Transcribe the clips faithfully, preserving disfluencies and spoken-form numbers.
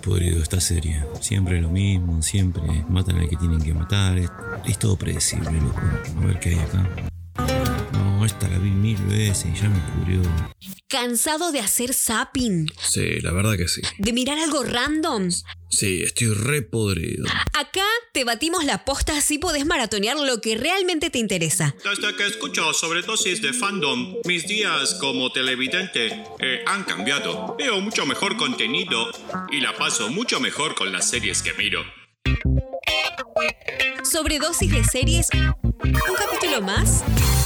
podrido esta serie. Siempre lo mismo, siempre matan al que tienen que matar. Es, es todo predecible, loco. A ver qué hay acá. No, esta la vi mil veces y ya me pudrió. ¿Cansado de hacer zapping? Sí, la verdad que sí. ¿De mirar algo random? Sí, estoy re podrido. Acá te batimos la posta, así podés maratonear lo que realmente te interesa. Desde que escucho sobredosis de fandom, mis días como televidente eh, han cambiado. Veo mucho mejor contenido y la paso mucho mejor con las series que miro. Sobredosis de series, un capítulo más.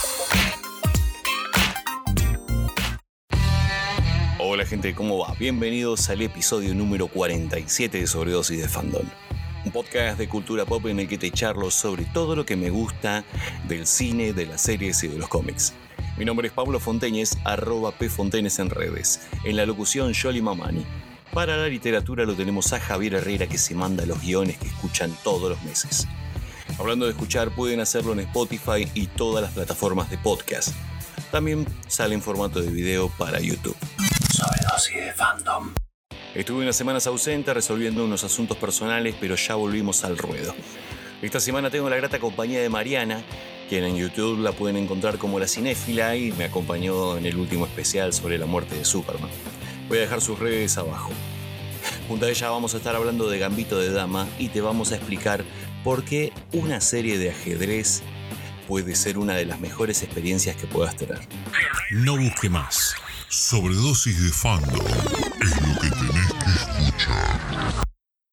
Hola gente, ¿cómo va? Bienvenidos al episodio número cuarenta y siete de Sobredosis de Fandom. Un podcast de cultura pop en el que te charlo sobre todo lo que me gusta del cine, de las series y de los cómics. Mi nombre es Pablo Fonteñez, arroba pfontenes en redes. En la locución, Yoli Mamani. Para la literatura lo tenemos a Javier Herrera, que se manda los guiones que escuchan todos los meses. Hablando de escuchar, pueden hacerlo en Spotify y todas las plataformas de podcast. También sale en formato de video para YouTube. Sobredosis de Fandom. Estuve unas semanas ausente resolviendo unos asuntos personales, pero ya volvimos al ruedo. Esta semana tengo la grata compañía de Mariana, quien en YouTube la pueden encontrar como La Cinéfila y me acompañó en el último especial sobre la muerte de Superman. Voy a dejar sus redes abajo. Junto a ella vamos a estar hablando de Gambito de Dama y te vamos a explicar por qué una serie de ajedrez puede ser una de las mejores experiencias que puedas tener. No busque más. Sobredosis de Fandom es lo que tenés que escuchar.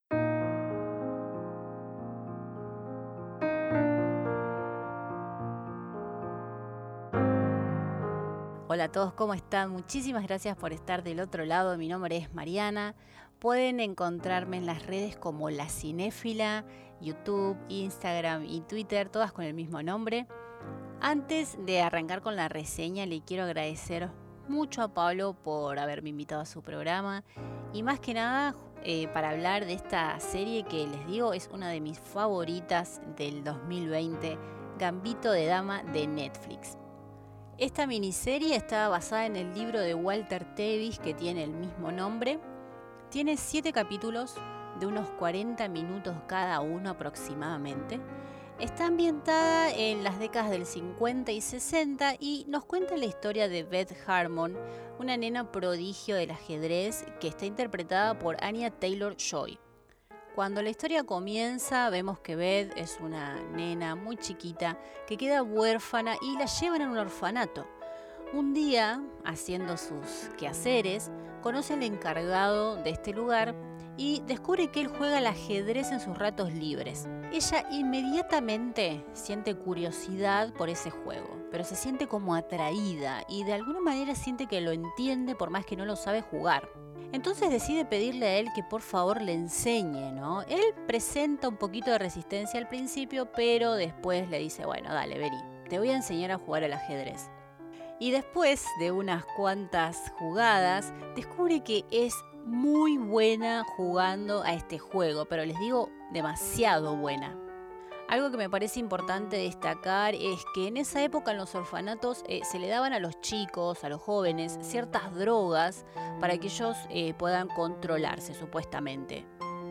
Hola a todos, ¿cómo están? Muchísimas gracias por estar del otro lado. Mi nombre es Mariana. Pueden encontrarme en las redes como La Cinéfila, YouTube, Instagram y Twitter, todas con el mismo nombre. Antes de arrancar con la reseña, le quiero agradecer mucho a Pablo por haberme invitado a su programa y más que nada eh, para hablar de esta serie que les digo es una de mis favoritas del dos mil veinte, Gambito de Dama de Netflix. Esta miniserie está basada en el libro de Walter Tevis que tiene el mismo nombre. Tiene siete capítulos de unos cuarenta minutos cada uno aproximadamente. Está ambientada en las décadas del cincuenta y sesenta y nos cuenta la historia de Beth Harmon, una nena prodigio del ajedrez que está interpretada por Anya Taylor-Joy. Cuando la historia comienza, vemos que Beth es una nena muy chiquita que queda huérfana y la llevan a un orfanato. Un día, haciendo sus quehaceres, conoce al encargado de este lugar y descubre que él juega al ajedrez en sus ratos libres. Ella inmediatamente siente curiosidad por ese juego, pero se siente como atraída y de alguna manera siente que lo entiende por más que no lo sabe jugar. Entonces decide pedirle a él que por favor le enseñe, ¿no? Él presenta un poquito de resistencia al principio, pero después le dice, bueno, dale, vení, te voy a enseñar a jugar al ajedrez. Y después de unas cuantas jugadas, descubre que es muy buena jugando a este juego, pero les digo, demasiado buena. Algo que me parece importante destacar es que en esa época en los orfanatos eh, se le daban a los chicos, a los jóvenes, ciertas drogas para que ellos eh, puedan controlarse, supuestamente.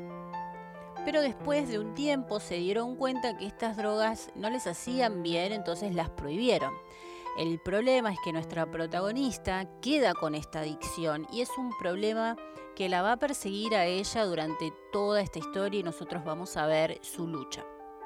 Pero después de un tiempo se dieron cuenta que estas drogas no les hacían bien, entonces las prohibieron. El problema es que nuestra protagonista queda con esta adicción y es un problema que la va a perseguir a ella durante toda esta historia y nosotros vamos a ver su lucha.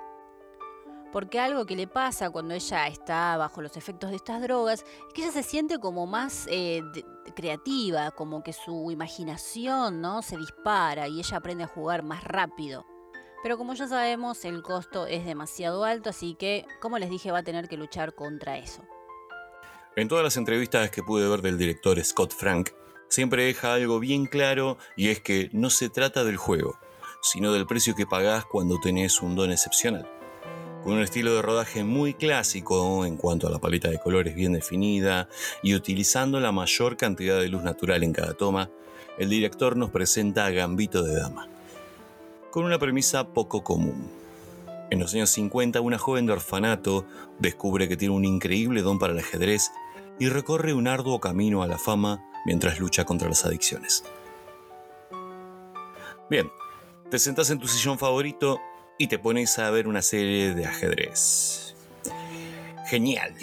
Porque algo que le pasa cuando ella está bajo los efectos de estas drogas es que ella se siente como más eh, de, de creativa, como que su imaginación, ¿no?, se dispara y ella aprende a jugar más rápido. Pero como ya sabemos, el costo es demasiado alto, así que, como les dije, va a tener que luchar contra eso. En todas las entrevistas que pude ver del director Scott Frank, siempre deja algo bien claro y es que no se trata del juego, sino del precio que pagás cuando tenés un don excepcional. Con un estilo de rodaje muy clásico en cuanto a la paleta de colores bien definida y utilizando la mayor cantidad de luz natural en cada toma, el director nos presenta a Gambito de Dama. Con una premisa poco común. En los años cincuenta, una joven de orfanato descubre que tiene un increíble don para el ajedrez y recorre un arduo camino a la fama mientras lucha contra las adicciones. Bien, te sentás en tu sillón favorito y te pones a ver una serie de ajedrez. Genial.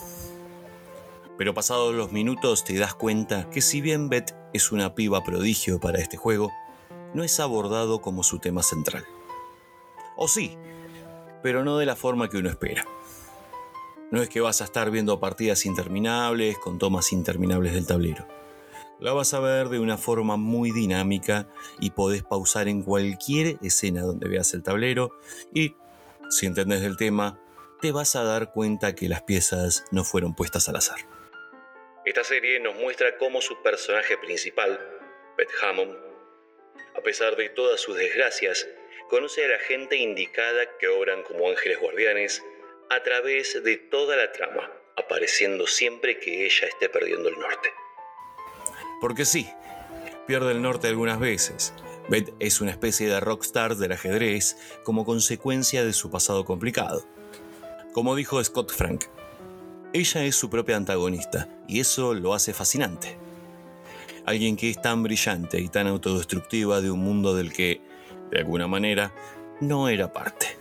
Pero pasados los minutos te das cuenta que si bien Beth es una piba prodigio para este juego, no es abordado como su tema central. O sí, pero no de la forma que uno espera. No es que vas a estar viendo partidas interminables con tomas interminables del tablero. La vas a ver de una forma muy dinámica y podés pausar en cualquier escena donde veas el tablero y, si entendés del tema, te vas a dar cuenta que las piezas no fueron puestas al azar. Esta serie nos muestra cómo su personaje principal, Beth Hammond, a pesar de todas sus desgracias, conoce a la gente indicada que obran como ángeles guardianes a través de toda la trama, apareciendo siempre que ella esté perdiendo el norte. Porque sí, pierde el norte algunas veces. Beth es una especie de rockstar del ajedrez como consecuencia de su pasado complicado. Como dijo Scott Frank, ella es su propia antagonista y eso lo hace fascinante. Alguien que es tan brillante y tan autodestructiva de un mundo del que, de alguna manera, no era parte.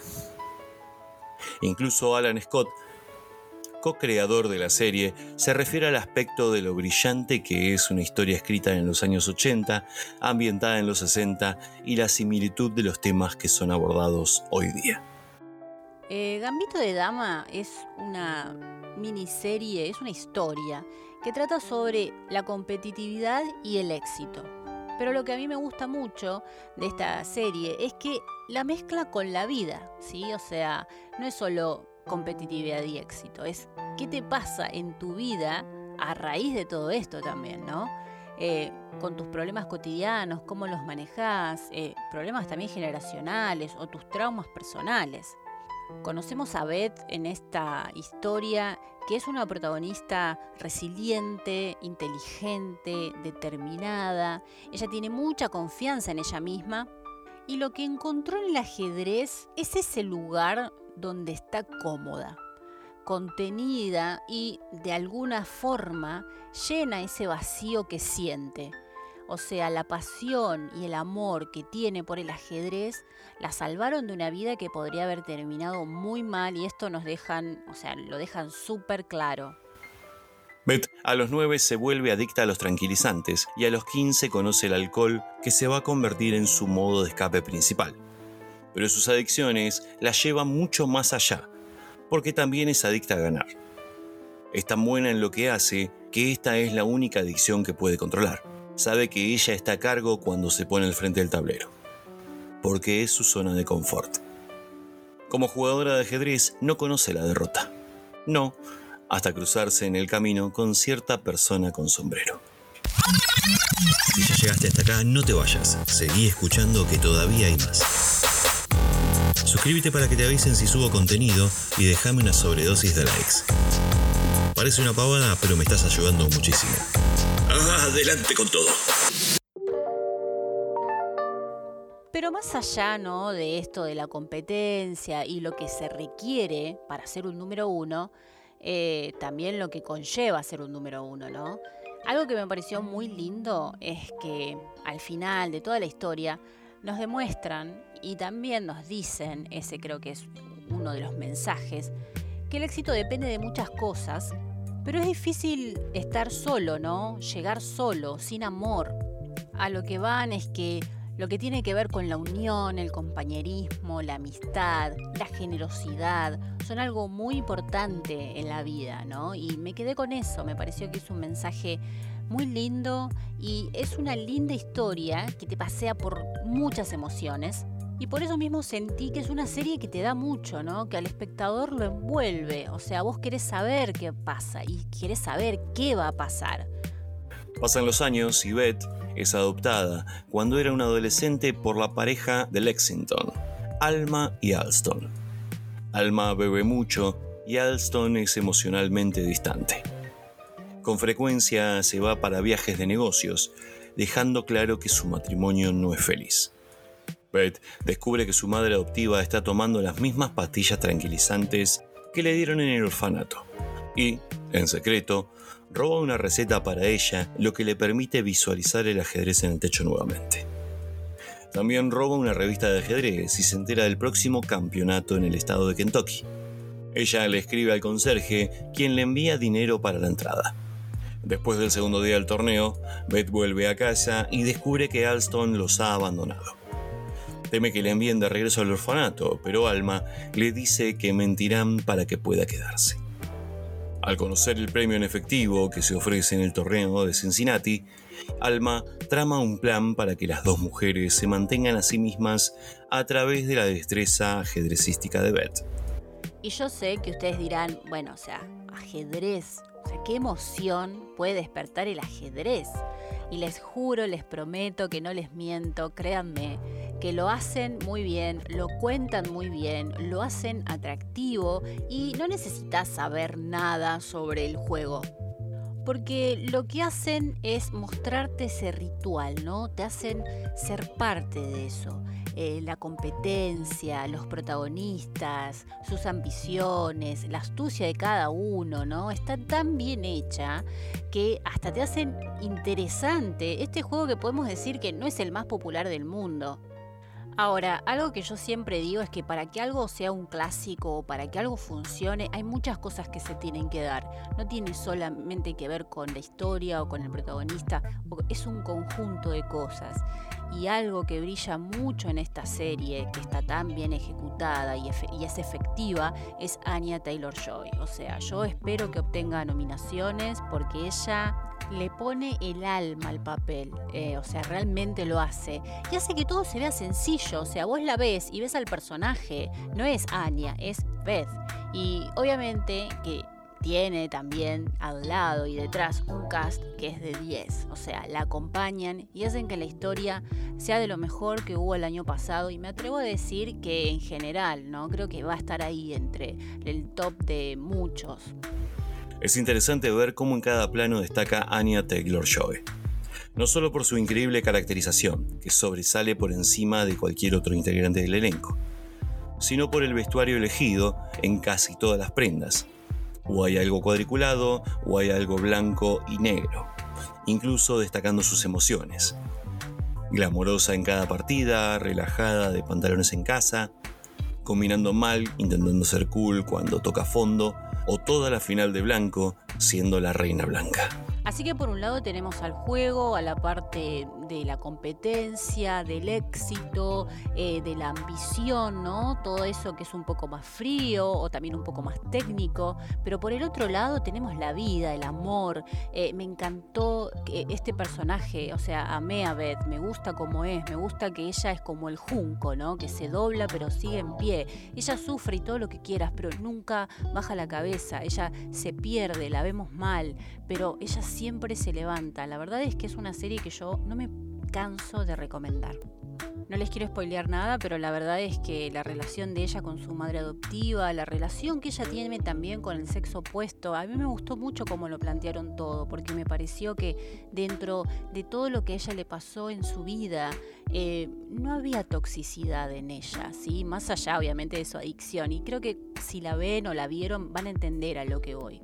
Incluso Alan Scott, co-creador de la serie, se refiere al aspecto de lo brillante que es una historia escrita en los años ochenta, ambientada en los sesenta y la similitud de los temas que son abordados hoy día. Eh, Gambito de Dama es una miniserie, es una historia que trata sobre la competitividad y el éxito. Pero lo que a mí me gusta mucho de esta serie es que la mezcla con la vida, ¿sí? O sea, no es solo competitividad y éxito, es qué te pasa en tu vida a raíz de todo esto también, ¿no? Eh, con tus problemas cotidianos, cómo los manejás, eh, problemas también generacionales o tus traumas personales. Conocemos a Beth en esta historia, que es una protagonista resiliente, inteligente, determinada. Ella tiene mucha confianza en ella misma y lo que encontró en el ajedrez es ese lugar donde está cómoda, contenida y de alguna forma llena ese vacío que siente. O sea, la pasión y el amor que tiene por el ajedrez la salvaron de una vida que podría haber terminado muy mal y esto nos dejan, o sea, lo dejan súper claro. Beth a los nueve se vuelve adicta a los tranquilizantes y a los quince conoce el alcohol que se va a convertir en su modo de escape principal. Pero sus adicciones la llevan mucho más allá, porque también es adicta a ganar. Es tan buena en lo que hace que esta es la única adicción que puede controlar. Sabe que ella está a cargo cuando se pone al frente del tablero, porque es su zona de confort. Como jugadora de ajedrez no conoce la derrota. No, hasta cruzarse en el camino con cierta persona con sombrero. Si ya llegaste hasta acá, no te vayas. Seguí escuchando que todavía hay más. Suscríbete para que te avisen si subo contenido y déjame una sobredosis de likes. Parece una pavada, pero me estás ayudando muchísimo. Adelante con todo. Pero más allá, ¿no?, de esto de la competencia y lo que se requiere para ser un número uno, eh, también lo que conlleva ser un número uno, ¿no? Algo que me pareció muy lindo es que al final de toda la historia nos demuestran y también nos dicen, ese creo que es uno de los mensajes, que el éxito depende de muchas cosas, pero es difícil estar solo, ¿no? Llegar solo, sin amor. A lo que van es que lo que tiene que ver con la unión, el compañerismo, la amistad, la generosidad, son algo muy importante en la vida, ¿no? Y me quedé con eso, me pareció que es un mensaje muy lindo y es una linda historia que te pasea por muchas emociones. Y por eso mismo sentí que es una serie que te da mucho, ¿no? Que al espectador lo envuelve. O sea, vos querés saber qué pasa y querés saber qué va a pasar. Pasan los años y Beth es adoptada cuando era una adolescente por la pareja de Lexington, Alma y Alston. Alma bebe mucho y Alston es emocionalmente distante. Con frecuencia se va para viajes de negocios, dejando claro que su matrimonio no es feliz. Beth descubre que su madre adoptiva está tomando las mismas pastillas tranquilizantes que le dieron en el orfanato y, en secreto, roba una receta para ella, lo que le permite visualizar el ajedrez en el techo nuevamente. También roba una revista de ajedrez y se entera del próximo campeonato en el estado de Kentucky. Ella le escribe al conserje, quien le envía dinero para la entrada. Después del segundo día del torneo, Beth vuelve a casa y descubre que Alston los ha abandonado. Teme que le envíen de regreso al orfanato, pero Alma le dice que mentirán para que pueda quedarse. Al conocer el premio en efectivo que se ofrece en el torneo de Cincinnati, Alma trama un plan para que las dos mujeres se mantengan a sí mismas a través de la destreza ajedrecística de Beth. Y yo sé que ustedes dirán, bueno, o sea, ajedrez, o sea, qué emoción puede despertar el ajedrez. Y les juro, les prometo que no les miento, créanme, que lo hacen muy bien, lo cuentan muy bien, lo hacen atractivo y no necesitas saber nada sobre el juego. Porque lo que hacen es mostrarte ese ritual, ¿no? Te hacen ser parte de eso. Eh, la competencia, los protagonistas, sus ambiciones, la astucia de cada uno, ¿no? Está tan bien hecha que hasta te hacen interesante este juego que podemos decir que no es el más popular del mundo. Ahora, algo que yo siempre digo es que para que algo sea un clásico o para que algo funcione, hay muchas cosas que se tienen que dar. No tiene solamente que ver con la historia o con el protagonista, es un conjunto de cosas. Y algo que brilla mucho en esta serie, que está tan bien ejecutada y, efe- y es efectiva, es Anya Taylor-Joy. O sea, yo espero que obtenga nominaciones porque ella le pone el alma al papel, eh, o sea, realmente lo hace. Y hace que todo se vea sencillo, o sea, vos la ves y ves al personaje, no es Anya, es Beth. Y obviamente que tiene también al lado y detrás un cast que es de diez, o sea, la acompañan y hacen que la historia sea de lo mejor que hubo el año pasado y me atrevo a decir que en general, ¿no? Creo que va a estar ahí entre el top de muchos. Es interesante ver cómo en cada plano destaca Anya Taylor-Joy. No solo por su increíble caracterización, que sobresale por encima de cualquier otro integrante del elenco, sino por el vestuario elegido en casi todas las prendas. O hay algo cuadriculado, o hay algo blanco y negro, incluso destacando sus emociones. Glamorosa en cada partida, relajada de pantalones en casa, combinando mal, intentando ser cool cuando toca fondo, o toda la final de blanco, siendo la reina blanca. Así que por un lado tenemos al juego, a la parte de la competencia, del éxito, eh, de la ambición, ¿no? Todo eso que es un poco más frío o también un poco más técnico. Pero por el otro lado tenemos la vida, el amor. Eh, me encantó que este personaje, o sea, amé a Beth, me gusta como es, me gusta que ella es como el junco, ¿no? Que se dobla pero sigue en pie. Ella sufre y todo lo que quieras, pero nunca baja la cabeza. Ella se pierde, la vemos mal, pero ella siempre se levanta. La verdad es que es una serie que yo no me canso de recomendar. No les quiero spoilear nada, pero la verdad es que la relación de ella con su madre adoptiva, la relación que ella tiene también con el sexo opuesto, a mí me gustó mucho cómo lo plantearon todo, porque me pareció que dentro de todo lo que a ella le pasó en su vida, eh, no había toxicidad en ella, ¿sí? Más allá obviamente de su adicción, y creo que si la ven o la vieron van a entender a lo que voy.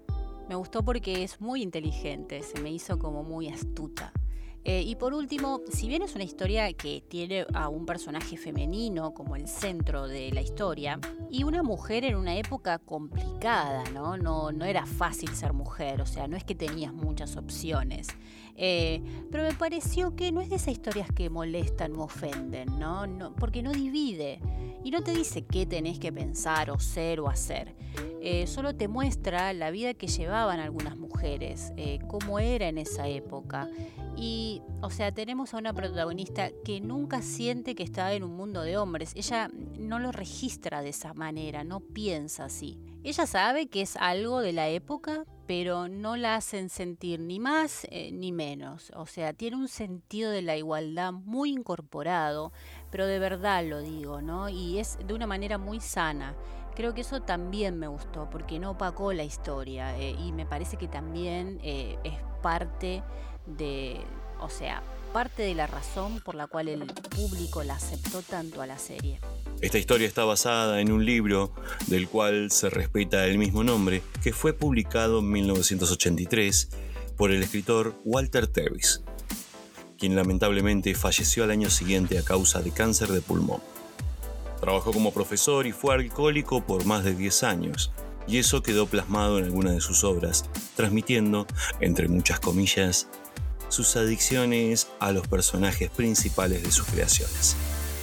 Me gustó porque es muy inteligente, se me hizo como muy astuta. Eh, y por último, si bien es una historia que tiene a un personaje femenino como el centro de la historia, y una mujer en una época complicada, ¿no? No, no era fácil ser mujer, o sea, no es que tenías muchas opciones. Eh, pero me pareció que no es de esas historias que molestan o ofenden, ¿no? No, porque no divide y no te dice qué tenés que pensar o ser o hacer. Eh, solo te muestra la vida que llevaban algunas mujeres, eh, cómo era en esa época. Y, o sea, tenemos a una protagonista que nunca siente que está en un mundo de hombres. Ella no lo registra de esa manera, no piensa así. Ella sabe que es algo de la época, pero no la hacen sentir ni más eh, ni menos. O sea, tiene un sentido de la igualdad muy incorporado, pero de verdad lo digo, ¿no? Y es de una manera muy sana. Creo que eso también me gustó, porque no opacó la historia eh, y me parece que también eh, es parte de, o sea, parte de la razón por la cual el público la aceptó tanto a la serie. Esta historia está basada en un libro del cual se respeta el mismo nombre, que fue publicado en mil novecientos ochenta y tres por el escritor Walter Tevis, quien lamentablemente falleció al año siguiente a causa de cáncer de pulmón. Trabajó como profesor y fue alcohólico por más de diez años, y eso quedó plasmado en algunas de sus obras, transmitiendo, entre muchas comillas, sus adicciones a los personajes principales de sus creaciones.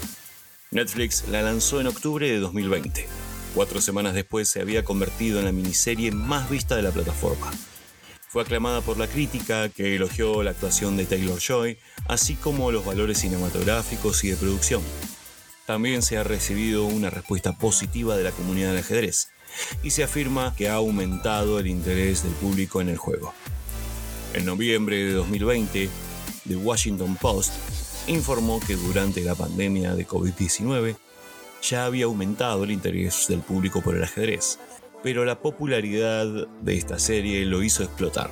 Netflix la lanzó en octubre de dos mil veinte. Cuatro semanas después se había convertido en la miniserie más vista de la plataforma. Fue aclamada por la crítica, que elogió la actuación de Taylor-Joy, así como los valores cinematográficos y de producción. También se ha recibido una respuesta positiva de la comunidad del ajedrez, y se afirma que ha aumentado el interés del público en el juego. En noviembre de dos mil veinte, The Washington Post informó que durante la pandemia de covid diecinueve ya había aumentado el interés del público por el ajedrez, pero la popularidad de esta serie lo hizo explotar.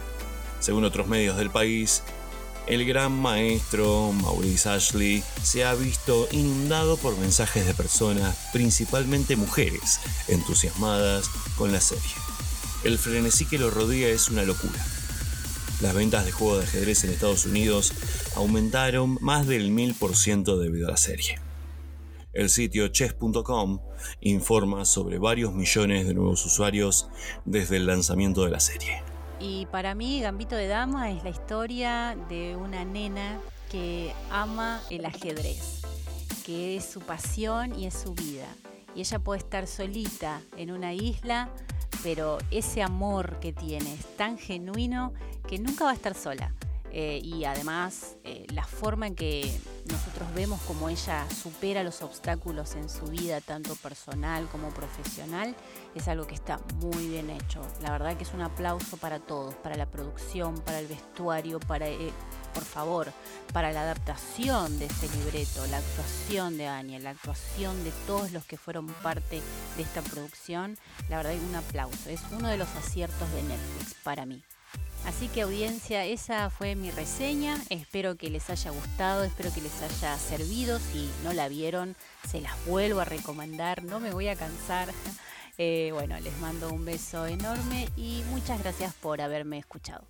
Según otros medios del país, el gran maestro Maurice Ashley se ha visto inundado por mensajes de personas, principalmente mujeres, entusiasmadas con la serie. El frenesí que lo rodea es una locura. Las ventas de juegos de ajedrez en Estados Unidos aumentaron más del mil por ciento debido a la serie. El sitio chess punto com informa sobre varios millones de nuevos usuarios desde el lanzamiento de la serie. Y para mí, Gambito de Dama es la historia de una nena que ama el ajedrez, que es su pasión y es su vida. Y ella puede estar solita en una isla, pero ese amor que tiene es tan genuino que nunca va a estar sola. Eh, y además, eh, la forma en que nosotros vemos cómo ella supera los obstáculos en su vida, tanto personal como profesional, es algo que está muy bien hecho. La verdad que es un aplauso para todos, para la producción, para el vestuario, para, eh, por favor, para la adaptación de este libreto, la actuación de Anya, la actuación de todos los que fueron parte de esta producción. La verdad que un aplauso. Es uno de los aciertos de Netflix para mí. Así que, audiencia, esa fue mi reseña. Espero que les haya gustado, espero que les haya servido. Si no la vieron, se las vuelvo a recomendar, no me voy a cansar. Eh, bueno, les mando un beso enorme y muchas gracias por haberme escuchado.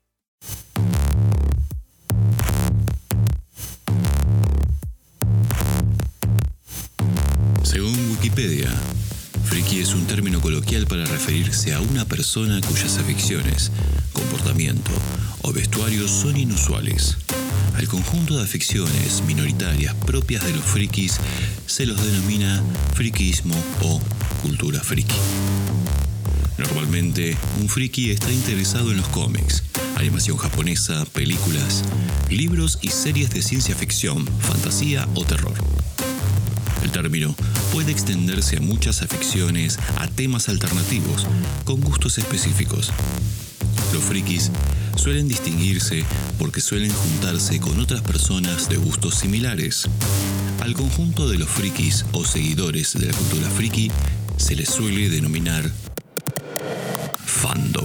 Según Wikipedia, friki es un término coloquial para referirse a una persona cuyas aficiones, comportamiento o vestuario son inusuales. Al conjunto de aficiones minoritarias propias de los frikis se los denomina friquismo o cultura friki. Normalmente, un friki está interesado en los cómics, animación japonesa, películas, libros y series de ciencia ficción, fantasía o terror. El término puede extenderse a muchas aficiones, a temas alternativos, con gustos específicos. Los frikis suelen distinguirse porque suelen juntarse con otras personas de gustos similares. Al conjunto de los frikis o seguidores de la cultura friki se les suele denominar fandom.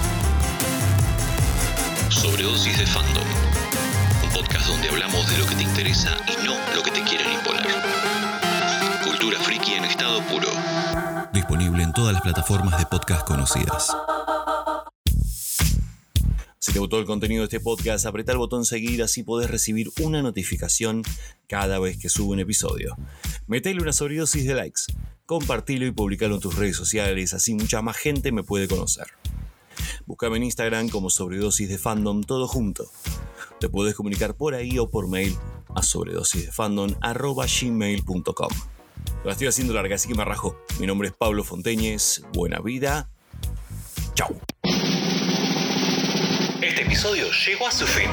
Sobredosis de Fandom, un podcast donde hablamos de lo que te interesa y no lo que te quieren imponer. Cultura friki en estado puro. Disponible en todas las plataformas de podcast conocidas. Si te gustó el contenido de este podcast, apretá el botón seguir, así podés recibir una notificación cada vez que subo un episodio. Metele una sobredosis de likes, compartilo y publicalo en tus redes sociales, así mucha más gente me puede conocer. Búscame en Instagram como Sobredosis de Fandom, todo junto. Te podés comunicar por ahí o por mail a sobredosisdefandom arroba gmail punto com. La estoy haciendo larga, así que me rajo. Mi nombre es Pablo Fonteñez. Buena vida. Chau. Este episodio llegó a su fin.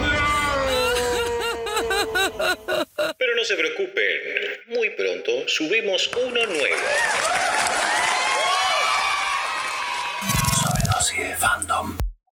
Pero no se preocupen, muy pronto subimos uno nuevo. Sobredosis de Fandom.